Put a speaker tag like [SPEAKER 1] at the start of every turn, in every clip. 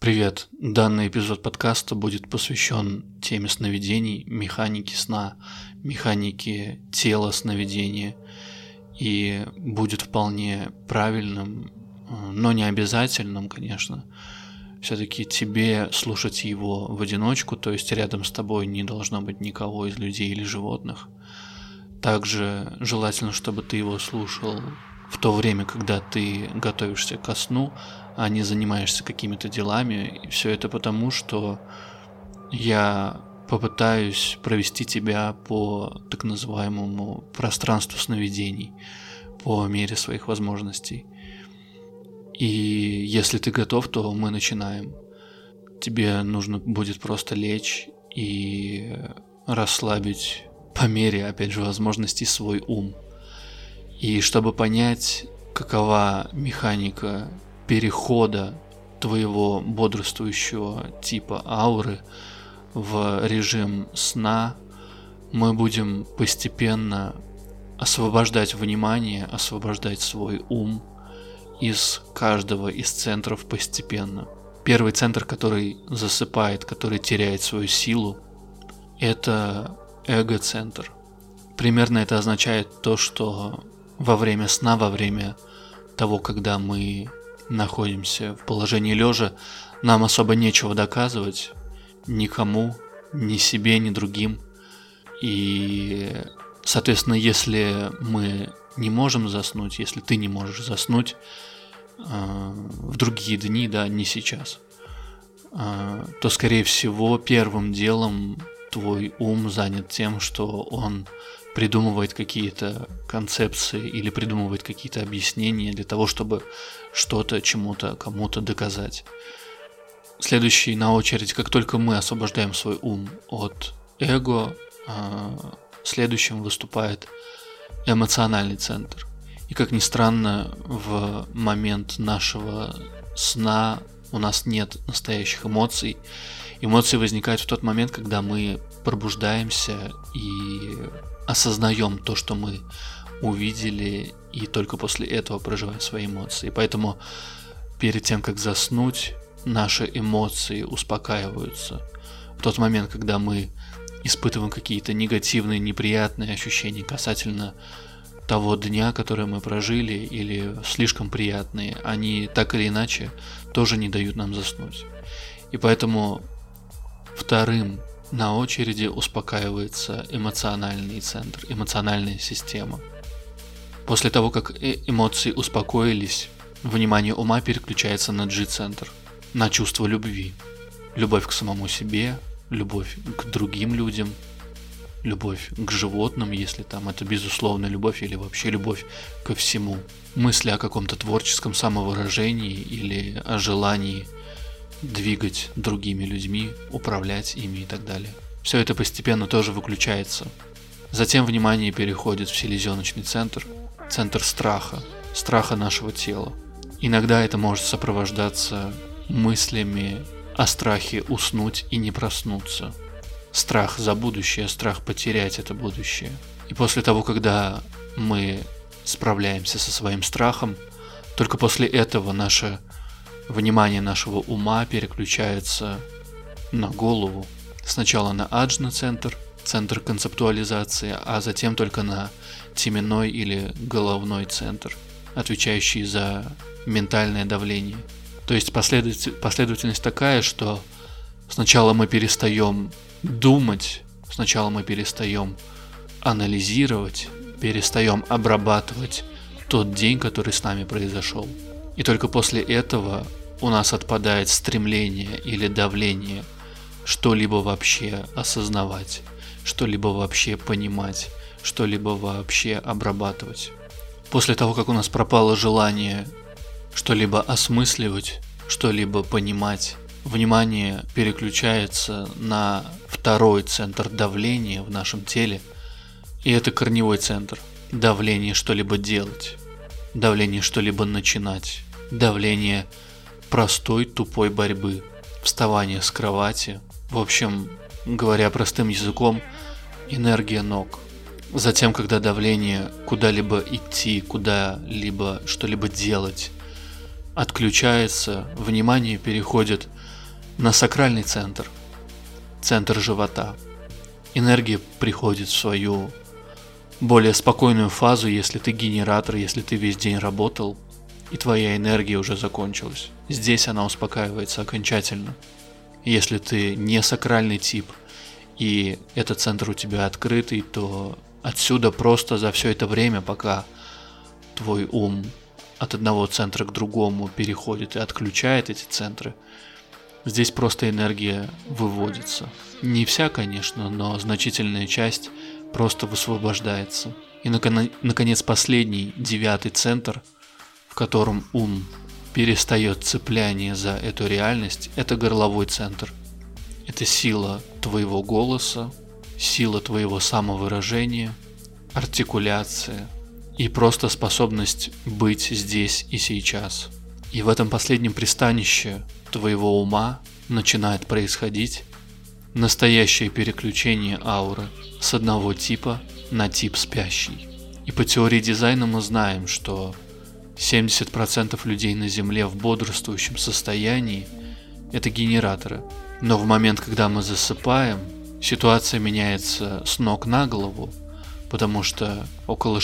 [SPEAKER 1] Привет! Данный эпизод подкаста будет посвящен теме сновидений, механике сна, механике тела сновидения и будет вполне правильным, но не обязательным, конечно. Все-таки тебе слушать его в одиночку, то есть рядом с тобой не должно быть никого из людей или животных. Также желательно, чтобы ты его слушал в то время, когда ты готовишься ко сну, а не занимаешься какими-то делами. И все это потому, что я попытаюсь провести тебя по так называемому пространству сновидений, по мере своих возможностей. И если ты готов, то мы начинаем. Тебе нужно будет просто лечь и расслабить по мере, опять же, возможностей свой ум. И чтобы понять, какова механика перехода твоего бодрствующего типа ауры в режим сна, мы будем постепенно освобождать внимание, освобождать свой ум из каждого из центров постепенно. Первый центр, который засыпает, который теряет свою силу, это эго-центр. Примерно это означает то, что во время сна, во время того, когда мы находимся в положении лежа, нам особо нечего доказывать никому, ни себе, ни другим. И, соответственно, если мы не можем заснуть, если ты не можешь заснуть в другие дни, да, не сейчас, то, скорее всего, первым делом твой ум занят тем, что он придумывает какие-то концепции или придумывает какие-то объяснения для того, чтобы что-то чему-то, кому-то доказать. Следующий на очередь, как только мы освобождаем свой ум от эго, следующим выступает эмоциональный центр. И как ни странно, в момент нашего сна у нас нет настоящих эмоций. Эмоции возникают в тот момент, когда мы пробуждаемся и осознаем то, что мы увидели, и только после этого проживаем свои эмоции. Поэтому перед тем, как заснуть, наши эмоции успокаиваются. В тот момент, когда мы испытываем какие-то негативные, неприятные ощущения касательно того дня, который мы прожили, или слишком приятные, они так или иначе тоже не дают нам заснуть. И поэтому вторым на очереди успокаивается эмоциональный центр, эмоциональная система. После того, как эмоции успокоились, внимание ума переключается на G-центр, на чувство любви. Любовь к самому себе, любовь к другим людям, любовь к животным, если там это безусловно любовь или вообще любовь ко всему. Мысли о каком-то творческом самовыражении или о желании двигать другими людьми, управлять ими и так далее. Все это постепенно тоже выключается. Затем внимание переходит в селезеночный центр, центр страха нашего тела. Иногда это может сопровождаться мыслями о страхе уснуть и не проснуться. Страх за будущее, страх потерять это будущее. И после того, когда мы справляемся со своим страхом, только после этого наше внимание нашего ума переключается на голову. Сначала на аджна-центр, центр концептуализации, а затем только на теменной или головной центр, отвечающий за ментальное давление. То есть последовательность такая, что сначала мы перестаем думать, сначала мы перестаем анализировать, перестаем обрабатывать тот день, который с нами произошел. И только после этого у нас отпадает стремление или давление что-либо вообще осознавать, что-либо вообще понимать, что-либо вообще обрабатывать. После того, как у нас пропало желание что-либо осмысливать, что-либо понимать, внимание переключается на второй центр давления в нашем теле, и это корневой центр. Давление что-либо делать, давление что-либо начинать, давление простой тупой борьбы, вставание с кровати, в общем, говоря простым языком, энергия ног. Затем, когда давление куда-либо идти, куда-либо что-либо делать отключается, внимание переходит на сакральный центр, центр живота. Энергия приходит в свою более спокойную фазу, если ты генератор, если ты весь день работал, и твоя энергия уже закончилась. Здесь она успокаивается окончательно. Если ты не сакральный тип, и этот центр у тебя открытый, то отсюда просто за все это время, пока твой ум от одного центра к другому переходит и отключает эти центры, здесь просто энергия выводится. Не вся, конечно, но значительная часть просто высвобождается. И, наконец, последний, 9-й центр, в котором ум перестает цепляние за эту реальность, это горловой центр. Это сила твоего голоса, сила твоего самовыражения, артикуляция и просто способность быть здесь и сейчас. И в этом последнем пристанище твоего ума начинает происходить настоящее переключение ауры с одного типа на тип спящий. И по теории дизайна мы знаем, что 70% людей на Земле в бодрствующем состоянии – это генераторы. Но в момент, когда мы засыпаем, ситуация меняется с ног на голову, потому что около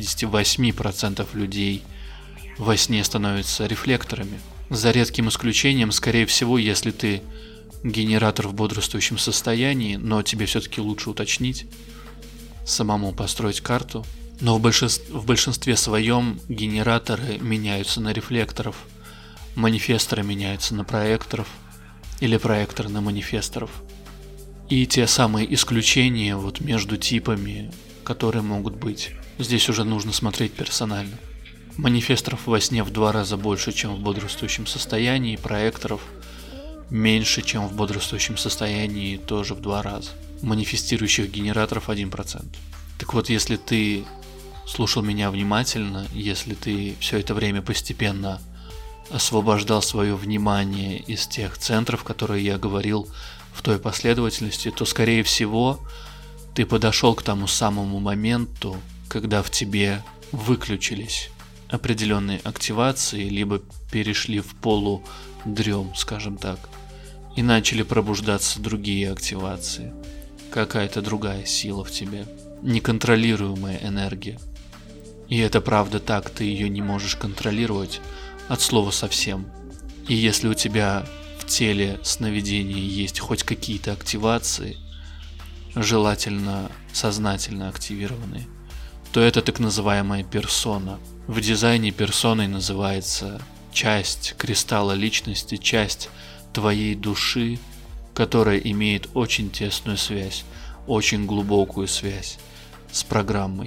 [SPEAKER 1] 68% людей во сне становятся рефлекторами. За редким исключением, скорее всего, если ты генератор в бодрствующем состоянии, но тебе все-таки лучше уточнить, самому построить карту. Но в большинстве своем генераторы меняются на рефлекторов, манифесторы меняются на проекторов или проекторы на манифесторов. И те самые исключения вот между типами, которые могут быть, здесь уже нужно смотреть персонально. Манифесторов во сне в 2 раза больше, чем в бодрствующем состоянии, проекторов меньше, чем в бодрствующем состоянии, тоже в 2 раза. Манифестирующих генераторов 1%. Так вот, если ты слушал меня внимательно, если ты все это время постепенно освобождал свое внимание из тех центров, которые я говорил в той последовательности, то, скорее всего, ты подошел к тому самому моменту, когда в тебе выключились определенные активации, либо перешли в полудрем, скажем так, и начали пробуждаться другие активации. Какая-то другая сила в тебе, неконтролируемая энергия. И это правда так, ты ее не можешь контролировать от слова совсем. И если у тебя в теле сновидения есть хоть какие-то активации, желательно сознательно активированные, то это так называемая персона. В дизайне персоной называется часть кристалла личности, часть твоей души, которая имеет очень тесную связь, очень глубокую связь с программой.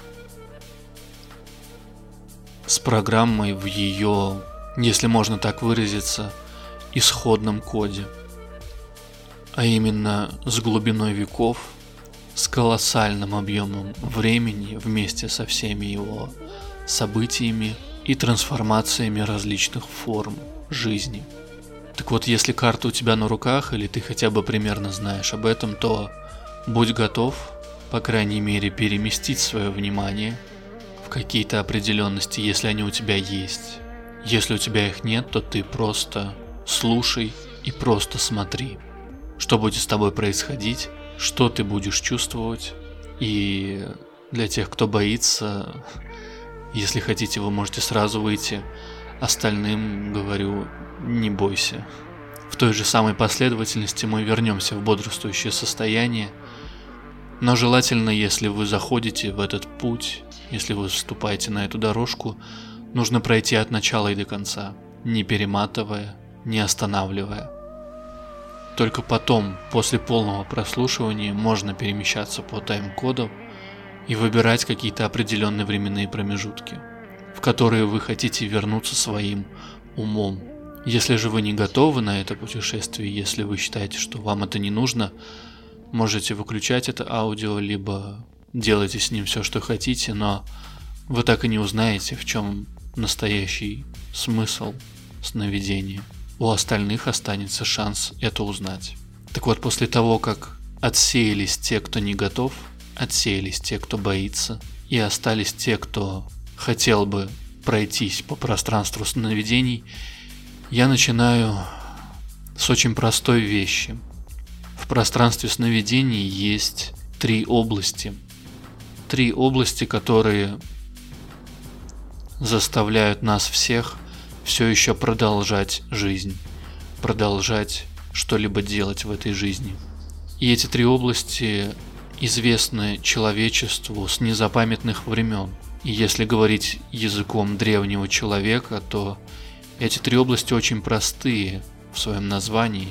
[SPEAKER 1] С программой в ее, если можно так выразиться, исходном коде. А именно с глубиной веков, с колоссальным объемом времени вместе со всеми его событиями и трансформациями различных форм жизни. Так вот, если карта у тебя на руках, или ты хотя бы примерно знаешь об этом, то будь готов, по крайней мере, переместить свое внимание в какие-то определенности, если они у тебя есть. Если у тебя их нет, то ты просто слушай и просто смотри, что будет с тобой происходить, что ты будешь чувствовать. И для тех, кто боится, если хотите, вы можете сразу выйти. Остальным говорю, не бойся. В той же самой последовательности мы вернемся в бодрствующее состояние. Но желательно, если вы заходите в этот путь, если вы вступаете на эту дорожку, нужно пройти от начала и до конца, не перематывая, не останавливая. Только потом, после полного прослушивания, можно перемещаться по тайм-кодам и выбирать какие-то определенные временные промежутки, в которые вы хотите вернуться своим умом. Если же вы не готовы на это путешествие, если вы считаете, что вам это не нужно, можете выключать это аудио, либо делайте с ним все, что хотите, но вы так и не узнаете, в чем настоящий смысл сновидения. У остальных останется шанс это узнать. Так вот, после того, как отсеялись те, кто не готов, отсеялись те, кто боится, и остались те, кто хотел бы пройтись по пространству сновидений, я начинаю с очень простой вещи. В пространстве сновидений есть 3 области. 3 области, которые заставляют нас всех все еще продолжать жизнь, продолжать что-либо делать в этой жизни. И эти 3 области известны человечеству с незапамятных времен. И если говорить языком древнего человека, то эти 3 области очень простые в своем названии.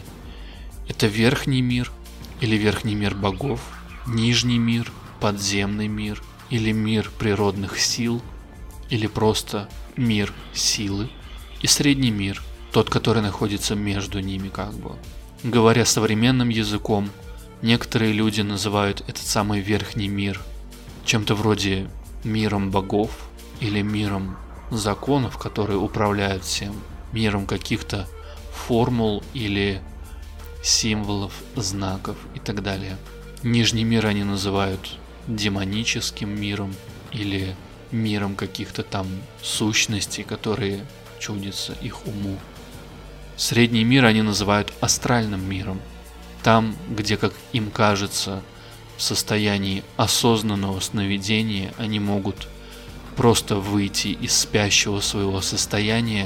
[SPEAKER 1] Это верхний мир или верхний мир богов, нижний мир, подземный мир или мир природных сил, или просто мир силы, и средний мир, тот, который находится между ними как бы. Говоря современным языком, некоторые люди называют этот самый верхний мир чем-то вроде миром богов или миром законов, которые управляют всем, миром каких-то формул или символов, знаков и так далее. Нижний мир они называют демоническим миром или миром каких-то там сущностей, которые чудятся их уму. Средний мир они называют астральным миром. Там, где, как им кажется, в состоянии осознанного сновидения они могут просто выйти из спящего своего состояния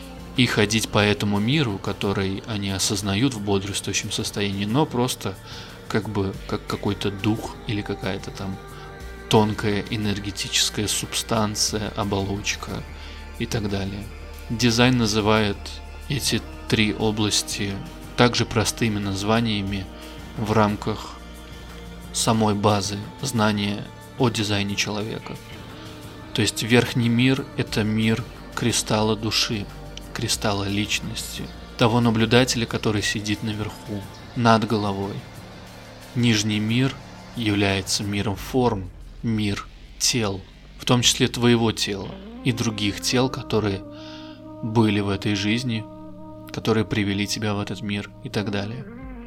[SPEAKER 1] и ходить по этому миру, который они осознают в бодрствующем состоянии, но просто как бы как какой-то дух или какая-то там тонкая энергетическая субстанция, оболочка и так далее. Дизайн называет эти 3 области также простыми названиями в рамках самой базы знания о дизайне человека. То есть верхний мир – это мир кристалла души, кристалла личности, того наблюдателя, который сидит наверху, над головой. Нижний мир является миром форм, мир тел, в том числе твоего тела и других тел, которые были в этой жизни, которые привели тебя в этот мир и так далее.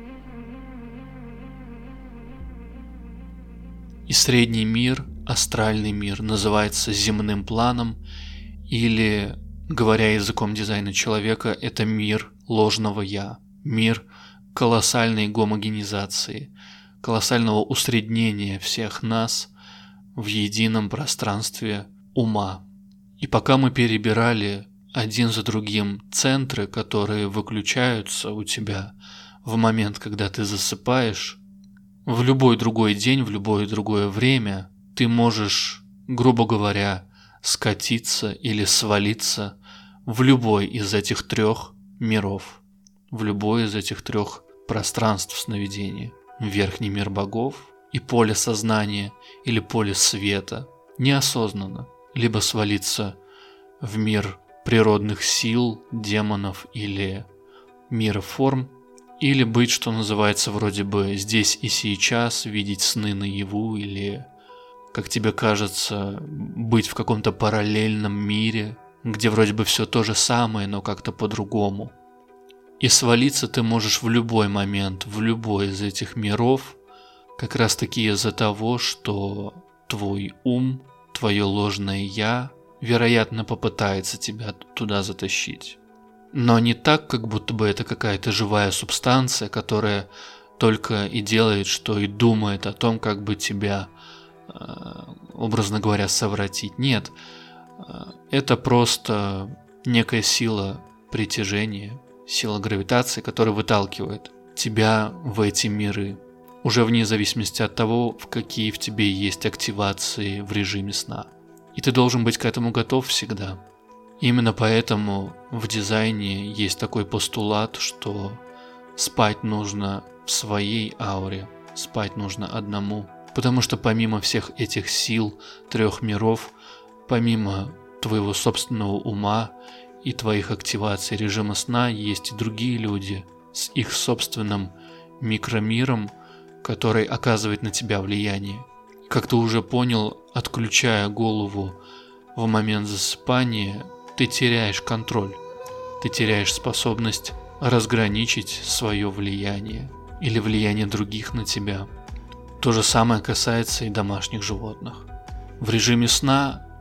[SPEAKER 1] И средний мир, астральный мир, называется земным планом, или, говоря языком дизайна человека, это мир ложного «я», мир колоссальной гомогенизации, колоссального усреднения всех нас в едином пространстве ума. И пока мы перебирали один за другим центры, которые выключаются у тебя в момент, когда ты засыпаешь, в любой другой день, в любое другое время ты можешь, грубо говоря, скатиться или свалиться в любой из этих 3 миров, в любой из этих 3 пространств сновидения. Верхний мир богов и поле сознания или поле света неосознанно, либо свалиться в мир природных сил, демонов или мира форм, или быть, что называется, вроде бы здесь и сейчас, видеть сны наяву, или, как тебе кажется, быть в каком-то параллельном мире, где вроде бы все то же самое, но как-то по-другому. И свалиться ты можешь в любой момент, в любой из этих миров, как раз таки из-за того, что твой ум, твое ложное «я», вероятно, попытается тебя туда затащить. Но не так, как будто бы это какая-то живая субстанция, которая только и делает, что и думает о том, как бы тебя, образно говоря, совратить. Нет, это просто некая сила притяжения, сила гравитации, которая выталкивает тебя в эти миры, уже вне зависимости от того, в какие в тебе есть активации в режиме сна. И ты должен быть к этому готов всегда. Именно поэтому в дизайне есть такой постулат, что спать нужно в своей ауре, спать нужно одному. Потому что помимо всех этих сил 3 миров, помимо твоего собственного ума и твоих активаций режима сна, есть и другие люди с их собственным микромиром, который оказывает на тебя влияние. Как ты уже понял, отключая голову в момент засыпания, ты теряешь контроль, ты теряешь способность разграничить свое влияние или влияние других на тебя. То же самое касается и домашних животных. В режиме сна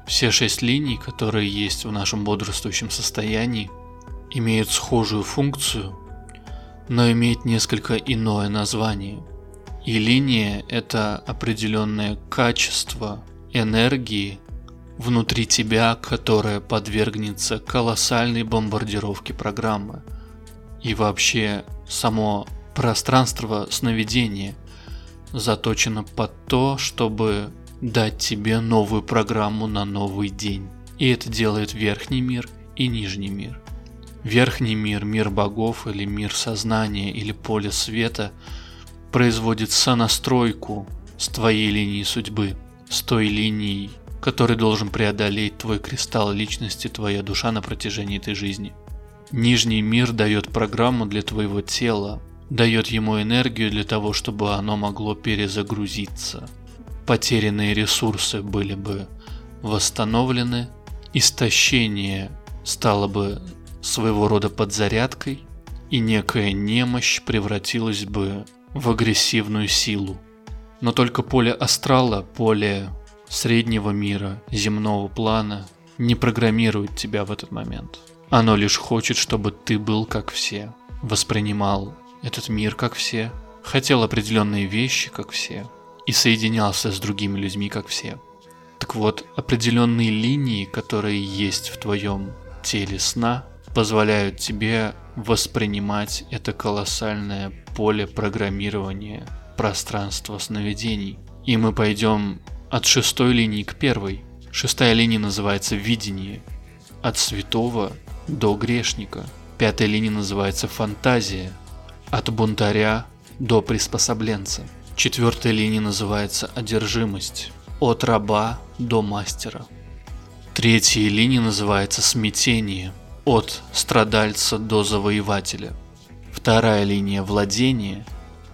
[SPEAKER 1] Все 6 линий, которые есть в нашем бодрствующем состоянии, имеют схожую функцию, но имеют несколько иное название. И линия – это определенное качество энергии внутри тебя, которое подвергнется колоссальной бомбардировке программы. И вообще само пространство сновидения заточено под то, чтобы дать тебе новую программу на новый день. И это делает верхний мир и нижний мир. Верхний мир, мир богов или мир сознания или поле света производит сонастройку с твоей линией судьбы, с той линией, которой должен преодолеть твой кристалл личности, твоя душа на протяжении этой жизни. Нижний мир дает программу для твоего тела, дает ему энергию для того, чтобы оно могло перезагрузиться. Потерянные ресурсы были бы восстановлены, истощение стало бы своего рода подзарядкой, и некая немощь превратилась бы в агрессивную силу. Но только поле астрала, поле среднего мира, земного плана не программирует тебя в этот момент. Оно лишь хочет, чтобы ты был как все, воспринимал этот мир как все, хотел определенные вещи как все и соединялся с другими людьми как все. Так вот, определенные линии, которые есть в твоем теле сна, позволяют тебе воспринимать это колоссальное поле программирования пространства сновидений. И мы пойдем от 6-й линии к 1-й. 6-я линия называется видение. От святого до грешника. 5-я линия называется фантазия. От бунтаря до приспособленца. 4-я линия называется одержимость. От раба до мастера. 3-я линия называется смятение. От страдальца до завоевателя. 2-я линия владение.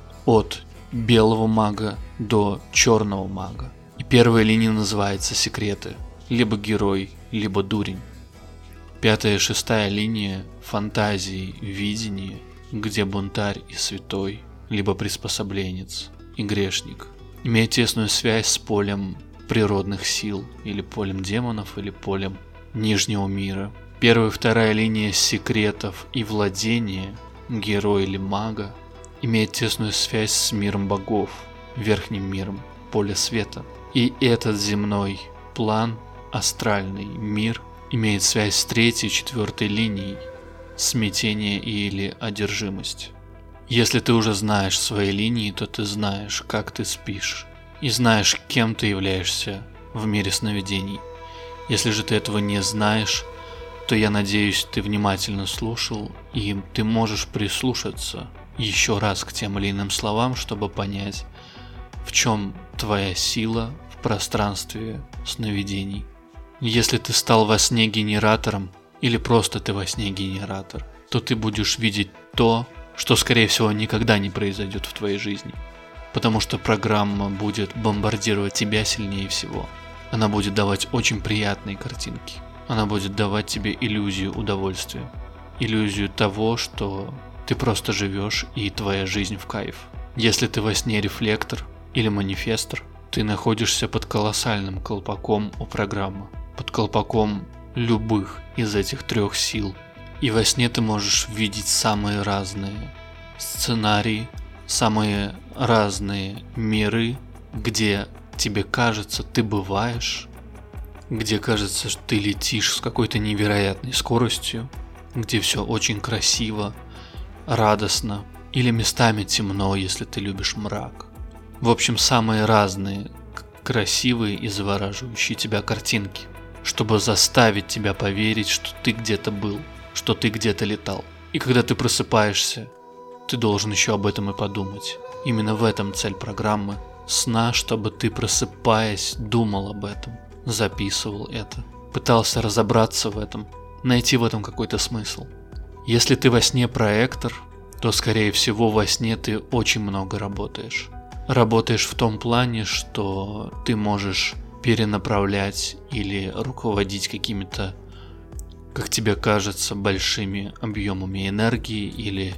[SPEAKER 1] От белого мага до черного мага. И 1-я линия называется секреты. Либо герой, либо дурень. 5-я и 6-я линия фантазии, видение, где бунтарь и святой, либо приспособленец и грешник, имеют тесную связь с полем природных сил, или полем демонов, или полем нижнего мира. 1-я и 2-я линия секретов и владения, героя или мага, имеет тесную связь с миром богов, верхним миром, поле света. И этот земной план, астральный мир, имеет связь с 3-й и 4-й линией, смятение или одержимость. Если ты уже знаешь свои линии, то ты знаешь, как ты спишь, и знаешь, кем ты являешься в мире сновидений. Если же ты этого не знаешь, то я надеюсь, ты внимательно слушал, и ты можешь прислушаться еще раз к тем или иным словам, чтобы понять, в чем твоя сила в пространстве сновидений. Если ты стал во сне генератором, или просто ты во сне генератор, то ты будешь видеть то, что, скорее всего, никогда не произойдет в твоей жизни. Потому что программа будет бомбардировать тебя сильнее всего. Она будет давать очень приятные картинки. Она будет давать тебе иллюзию удовольствия. Иллюзию того, что ты просто живешь и твоя жизнь в кайф. Если ты во сне рефлектор или манифестор, ты находишься под колоссальным колпаком у программы. Под колпаком любых из этих 3 сил. И во сне ты можешь видеть самые разные сценарии, самые разные миры, где тебе кажется, ты бываешь, где кажется, что ты летишь с какой-то невероятной скоростью, где все очень красиво, радостно, или местами темно, если ты любишь мрак. В общем, самые разные красивые и завораживающие тебя картинки, чтобы заставить тебя поверить, что ты где-то был, что ты где-то летал. И когда ты просыпаешься, ты должен еще об этом и подумать. Именно в этом цель программы сна, чтобы ты, просыпаясь, думал об этом, записывал это, пытался разобраться в этом, найти в этом какой-то смысл. Если ты во сне проектор, то, скорее всего, во сне ты очень много работаешь. Работаешь в том плане, что ты можешь перенаправлять или руководить какими-то, как тебе кажется, большими объемами энергии или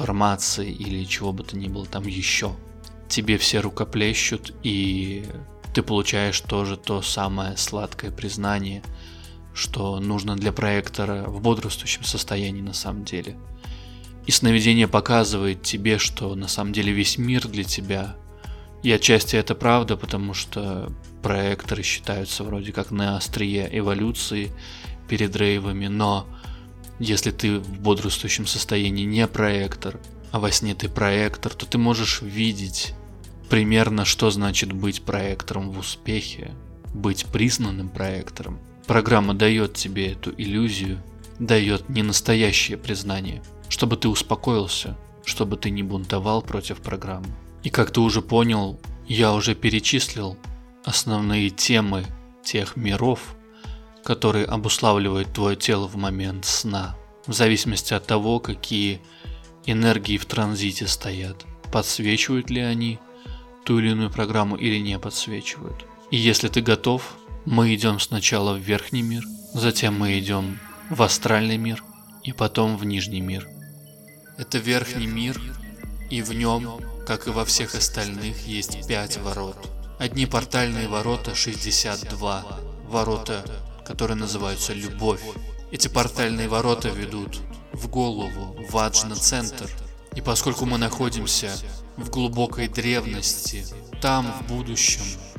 [SPEAKER 1] информации или чего бы то ни было там еще. Тебе все рукоплещут, и ты получаешь тоже то самое сладкое признание, что нужно для проектора в бодрствующем состоянии на самом деле. И сновидение показывает тебе, что на самом деле весь мир для тебя. И отчасти это правда, потому что проекторы считаются вроде как на острие эволюции перед рейвами, но если ты в бодрствующем состоянии не проектор, а во сне ты проектор, то ты можешь видеть примерно, что значит быть проектором в успехе, быть признанным проектором. Программа дает тебе эту иллюзию, дает ненастоящее признание, чтобы ты успокоился, чтобы ты не бунтовал против программы. И как ты уже понял, я уже перечислил основные темы тех миров, которые обуславливают твое тело в момент сна, в зависимости от того, какие энергии в транзите стоят, подсвечивают ли они ту или иную программу или не подсвечивают. И если ты готов, мы идем сначала в верхний мир, затем мы идем в астральный мир и потом в нижний мир. Это верхний мир, и в нем, как и во всех остальных, есть 5 ворот. Одни портальные ворота 62, ворота, которые называются любовь. Эти портальные ворота ведут в голову, в аджна-центр. И поскольку мы находимся в глубокой древности, там в будущем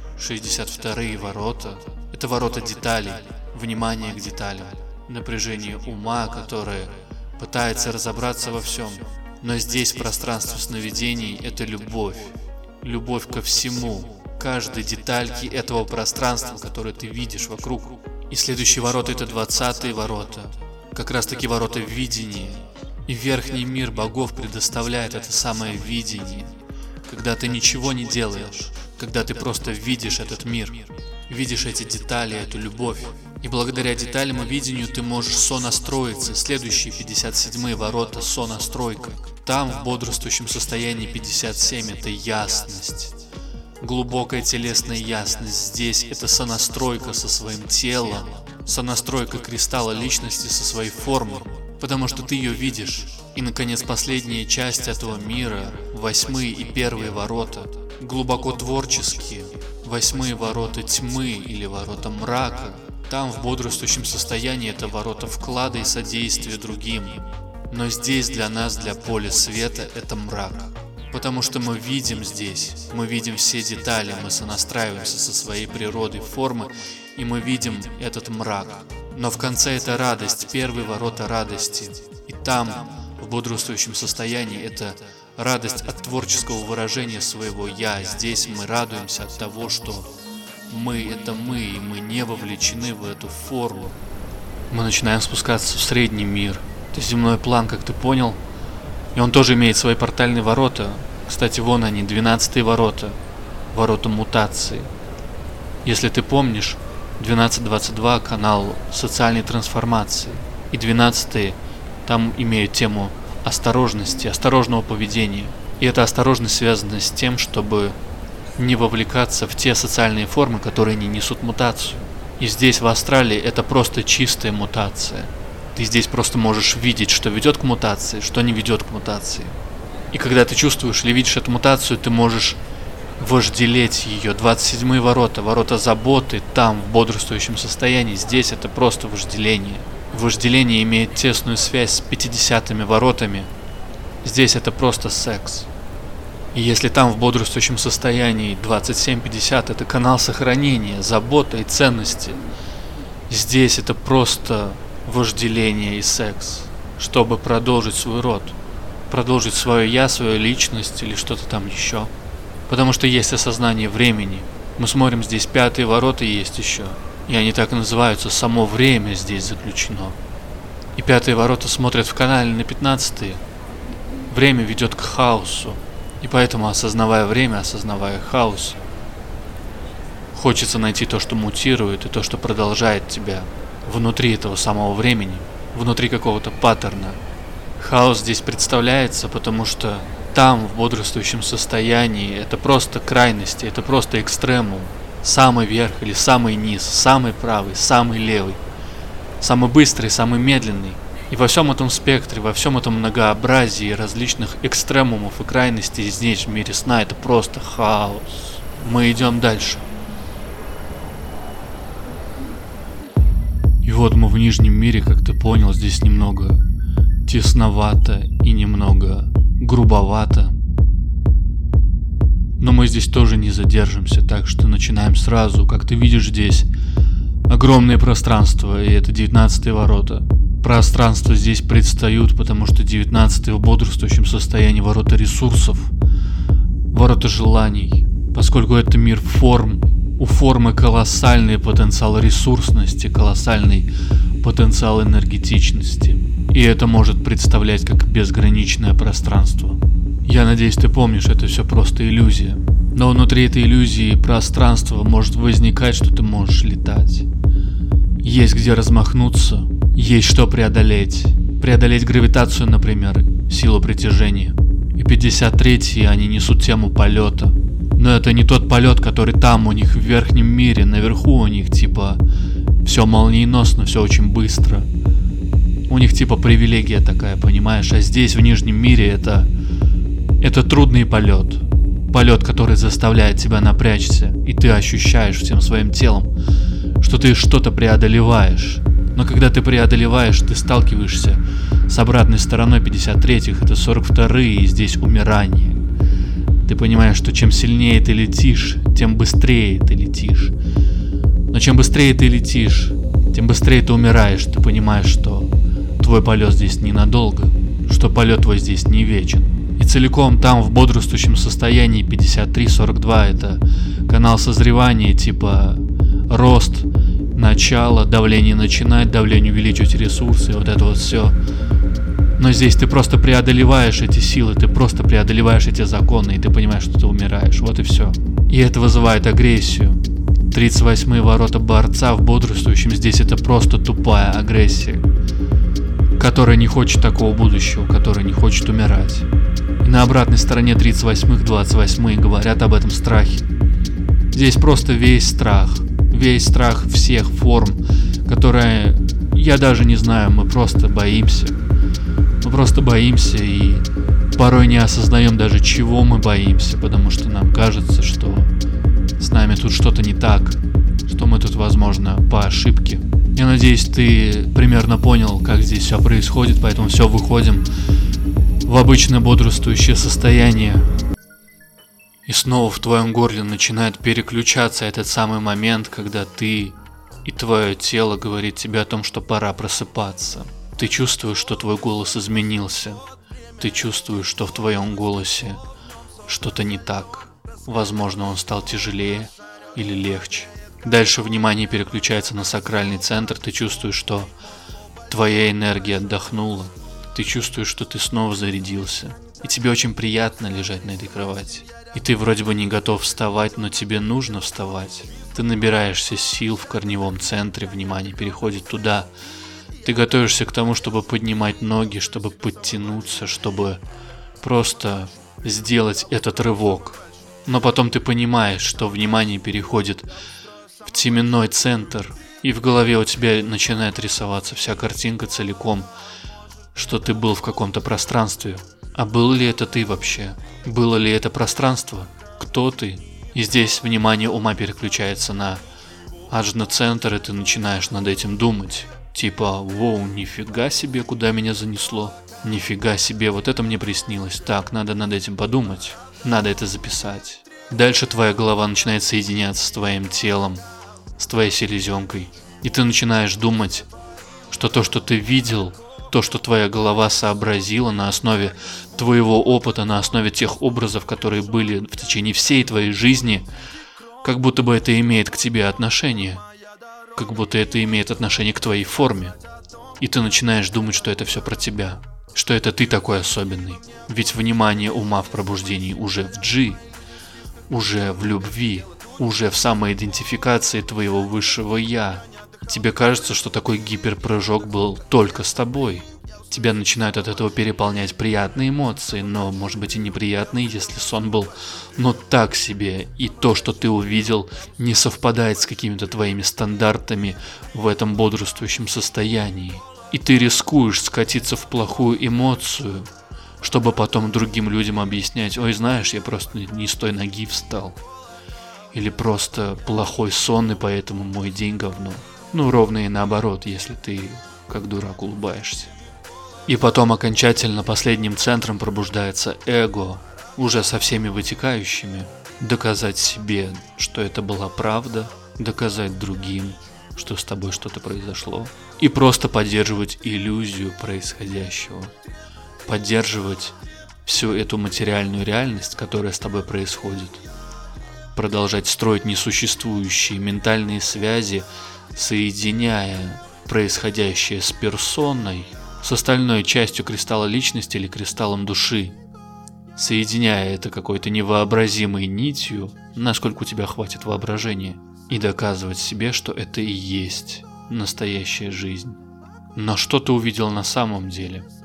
[SPEAKER 1] 62-е ворота — это ворота деталей, внимание к деталям, напряжение ума, которое пытается разобраться во всем. Но здесь пространство сновидений — это любовь. Любовь ко всему, каждой детальке этого пространства, которое ты видишь вокруг. И следующие ворота — это 20-е ворота, как раз таки ворота видения. И верхний мир богов предоставляет это самое видение, когда ты ничего не делаешь, когда ты просто видишь этот мир, видишь эти детали, эту любовь. И благодаря деталям и видению ты можешь сонастроиться. Следующие 57-е ворота — сонастройка. Там в бодрствующем состоянии 57 — это ясность. Глубокая телесная ясность. Здесь это сонастройка со своим телом, сонастройка кристалла личности со своей формой, потому что ты ее видишь. И, наконец, последняя часть этого мира, 8-е и 1-е ворота, глубоко творческие, 8-е ворота тьмы или ворота мрака. Там в бодрствующем состоянии это ворота вклада и содействия другим. Но здесь для нас, для поля света, это мрак. Потому что мы видим здесь, мы видим все детали, мы сонастраиваемся со своей природой формы, и мы видим этот мрак. Но в конце это радость, 1-е ворота радости. И там, в бодрствующем состоянии, это радость от творческого выражения своего «я». Здесь мы радуемся от того, что мы — это мы, и мы не вовлечены в эту форму. Мы начинаем спускаться в средний мир. Это земной план, как ты понял. И он тоже имеет свои портальные ворота. Кстати, вон они, 12-е ворота. Ворота мутации. Если ты помнишь, 12-22 канал социальной трансформации. И 12-е там имеют тему осторожности, осторожного поведения. И эта осторожность связана с тем, чтобы не вовлекаться в те социальные формы, которые не несут мутацию. И здесь, в астрале, это просто чистая мутация. Ты здесь просто можешь видеть, что ведет к мутации, что не ведет к мутации. И когда ты чувствуешь или видишь эту мутацию, ты можешь вожделеть ее. 27-е ворота, ворота заботы, там, в бодрствующем состоянии. Здесь это просто вожделение. Вожделение имеет тесную связь с 50-ми воротами. Здесь это просто секс. И если там в бодрствующем состоянии 27-50 это канал сохранения, забота и ценности, здесь это просто вожделение и секс, чтобы продолжить свой род, продолжить свое я, свою личность или что-то там еще. Потому что есть осознание времени. Мы смотрим, здесь 5-е ворота есть еще. И они так и называются, само время здесь заключено. И 5-е ворота смотрят в канале на 15-е. Время ведет к хаосу. И поэтому, осознавая время, осознавая хаос, хочется найти то, что мутирует, и то, что продолжает тебя внутри этого самого времени, внутри какого-то паттерна. Хаос здесь представляется, потому что там, в бодрствующем состоянии, это просто крайности, это просто экстремум. Самый верх или самый низ, самый правый, самый левый, самый быстрый, самый медленный. И во всем этом спектре, во всем этом многообразии различных экстремумов и крайностей здесь, в мире сна, это просто хаос. Мы идем дальше. вот мы в нижнем мире, как ты понял, здесь немного тесновато и немного грубовато. Но мы здесь тоже не задержимся, так что начинаем сразу. Как ты видишь, здесь огромное пространство, и это 19-е ворота. Пространства здесь предстают, потому что 19-е в бодрствующем состоянии ворота ресурсов, ворота желаний. Поскольку это мир форм, у формы колоссальный потенциал ресурсности, колоссальный потенциал энергетичности. И это может представлять как безграничное пространство. Я надеюсь, ты помнишь, это все просто иллюзия. Но внутри этой иллюзии пространства может возникать, что ты можешь летать. Есть где размахнуться, есть что преодолеть. Преодолеть гравитацию, например, силу притяжения. И 53-е они несут тему полета. Но это не тот полет, который там у них в верхнем мире. Наверху у них типа все молниеносно, все очень быстро. У них типа привилегия такая, понимаешь? А здесь в нижнем мире это трудный полет. Полет, который заставляет тебя напрячься. И ты ощущаешь всем своим телом, что ты что-то преодолеваешь. Но когда ты преодолеваешь, ты сталкиваешься с обратной стороной 53-х. Это 42-е, и здесь умирание. Ты понимаешь, что чем сильнее ты летишь, тем быстрее ты летишь. Но чем быстрее ты летишь, тем быстрее ты умираешь. Ты понимаешь, что твой полет здесь ненадолго, что полет твой здесь не вечен. И целиком там в бодрствующем состоянии 53-42 это канал созревания, типа рост, начало, давление начинать, давление увеличивать ресурсы, вот это вот все. Но здесь ты просто преодолеваешь эти силы, ты просто преодолеваешь эти законы, и ты понимаешь, что ты умираешь, вот и все. И это вызывает агрессию. 38-е ворота борца в бодрствующем здесь это просто тупая агрессия, которая не хочет такого будущего, которая не хочет умирать. И на обратной стороне 38-х, 28-е говорят об этом страхе. Здесь просто весь страх всех форм, которые, я даже не знаю, мы просто боимся. Мы просто боимся и порой не осознаем даже, чего мы боимся, потому что нам кажется, что с нами тут что-то не так, что мы тут, возможно, по ошибке. Я надеюсь, ты примерно понял, как здесь все происходит, поэтому все, выходим в обычное бодрствующее состояние. И снова в твоем горле начинает переключаться этот самый момент, когда ты и твое тело говорит тебе о том, что пора просыпаться. Ты чувствуешь, что твой голос изменился. Ты чувствуешь, что в твоем голосе что-то не так. Возможно, он стал тяжелее или легче. Дальше внимание переключается на сакральный центр. Ты чувствуешь, что твоя энергия отдохнула. Ты чувствуешь, что ты снова зарядился. И тебе очень приятно лежать на этой кровати. И ты вроде бы не готов вставать, но тебе нужно вставать. Ты набираешься сил в корневом центре, внимание переходит туда. Ты готовишься к тому, чтобы поднимать ноги, чтобы подтянуться, чтобы просто сделать этот рывок. Но потом ты понимаешь, что внимание переходит в теменной центр, и в голове у тебя начинает рисоваться вся картинка целиком, что ты был в каком-то пространстве. А был ли это ты вообще? Было ли это пространство? Кто ты? И здесь внимание ума переключается на аджна-центр, и ты начинаешь над этим думать. Типа, воу, нифига себе, куда меня занесло. Нифига себе, вот это мне приснилось. Так, надо над этим подумать. Надо это записать. Дальше твоя голова начинает соединяться с твоим телом, с твоей селезенкой. И ты начинаешь думать, что то, что ты видел, то, что твоя голова сообразила на основе твоего опыта, на основе тех образов, которые были в течение всей твоей жизни, как будто бы это имеет к тебе отношение. Как будто это имеет отношение к твоей форме. И ты начинаешь думать, что это все про тебя. Что это ты такой особенный. Ведь внимание ума в пробуждении уже в G, уже в любви, уже в самоидентификации твоего высшего Я. Тебе кажется, что такой гиперпрыжок был только с тобой. Тебя начинают от этого переполнять приятные эмоции, но, может быть, и неприятные, если сон был, но так себе, и то, что ты увидел, не совпадает с какими-то твоими стандартами в этом бодрствующем состоянии. И ты рискуешь скатиться в плохую эмоцию, чтобы потом другим людям объяснять: ой, знаешь, я просто не с той ноги встал. Или просто плохой сон, и поэтому мой день говно. Ну, ровно и наоборот, если ты как дурак улыбаешься. И потом окончательно последним центром пробуждается эго, уже со всеми вытекающими. Доказать себе, что это была правда, доказать другим, что с тобой что-то произошло. И просто поддерживать иллюзию происходящего. Поддерживать всю эту материальную реальность, которая с тобой происходит. Продолжать строить несуществующие ментальные связи, соединяя происходящее с персоной, с остальной частью кристалла личности или кристаллом души, соединяя это какой-то невообразимой нитью, насколько у тебя хватит воображения, и доказывать себе, что это и есть настоящая жизнь. Но что ты увидел на самом деле?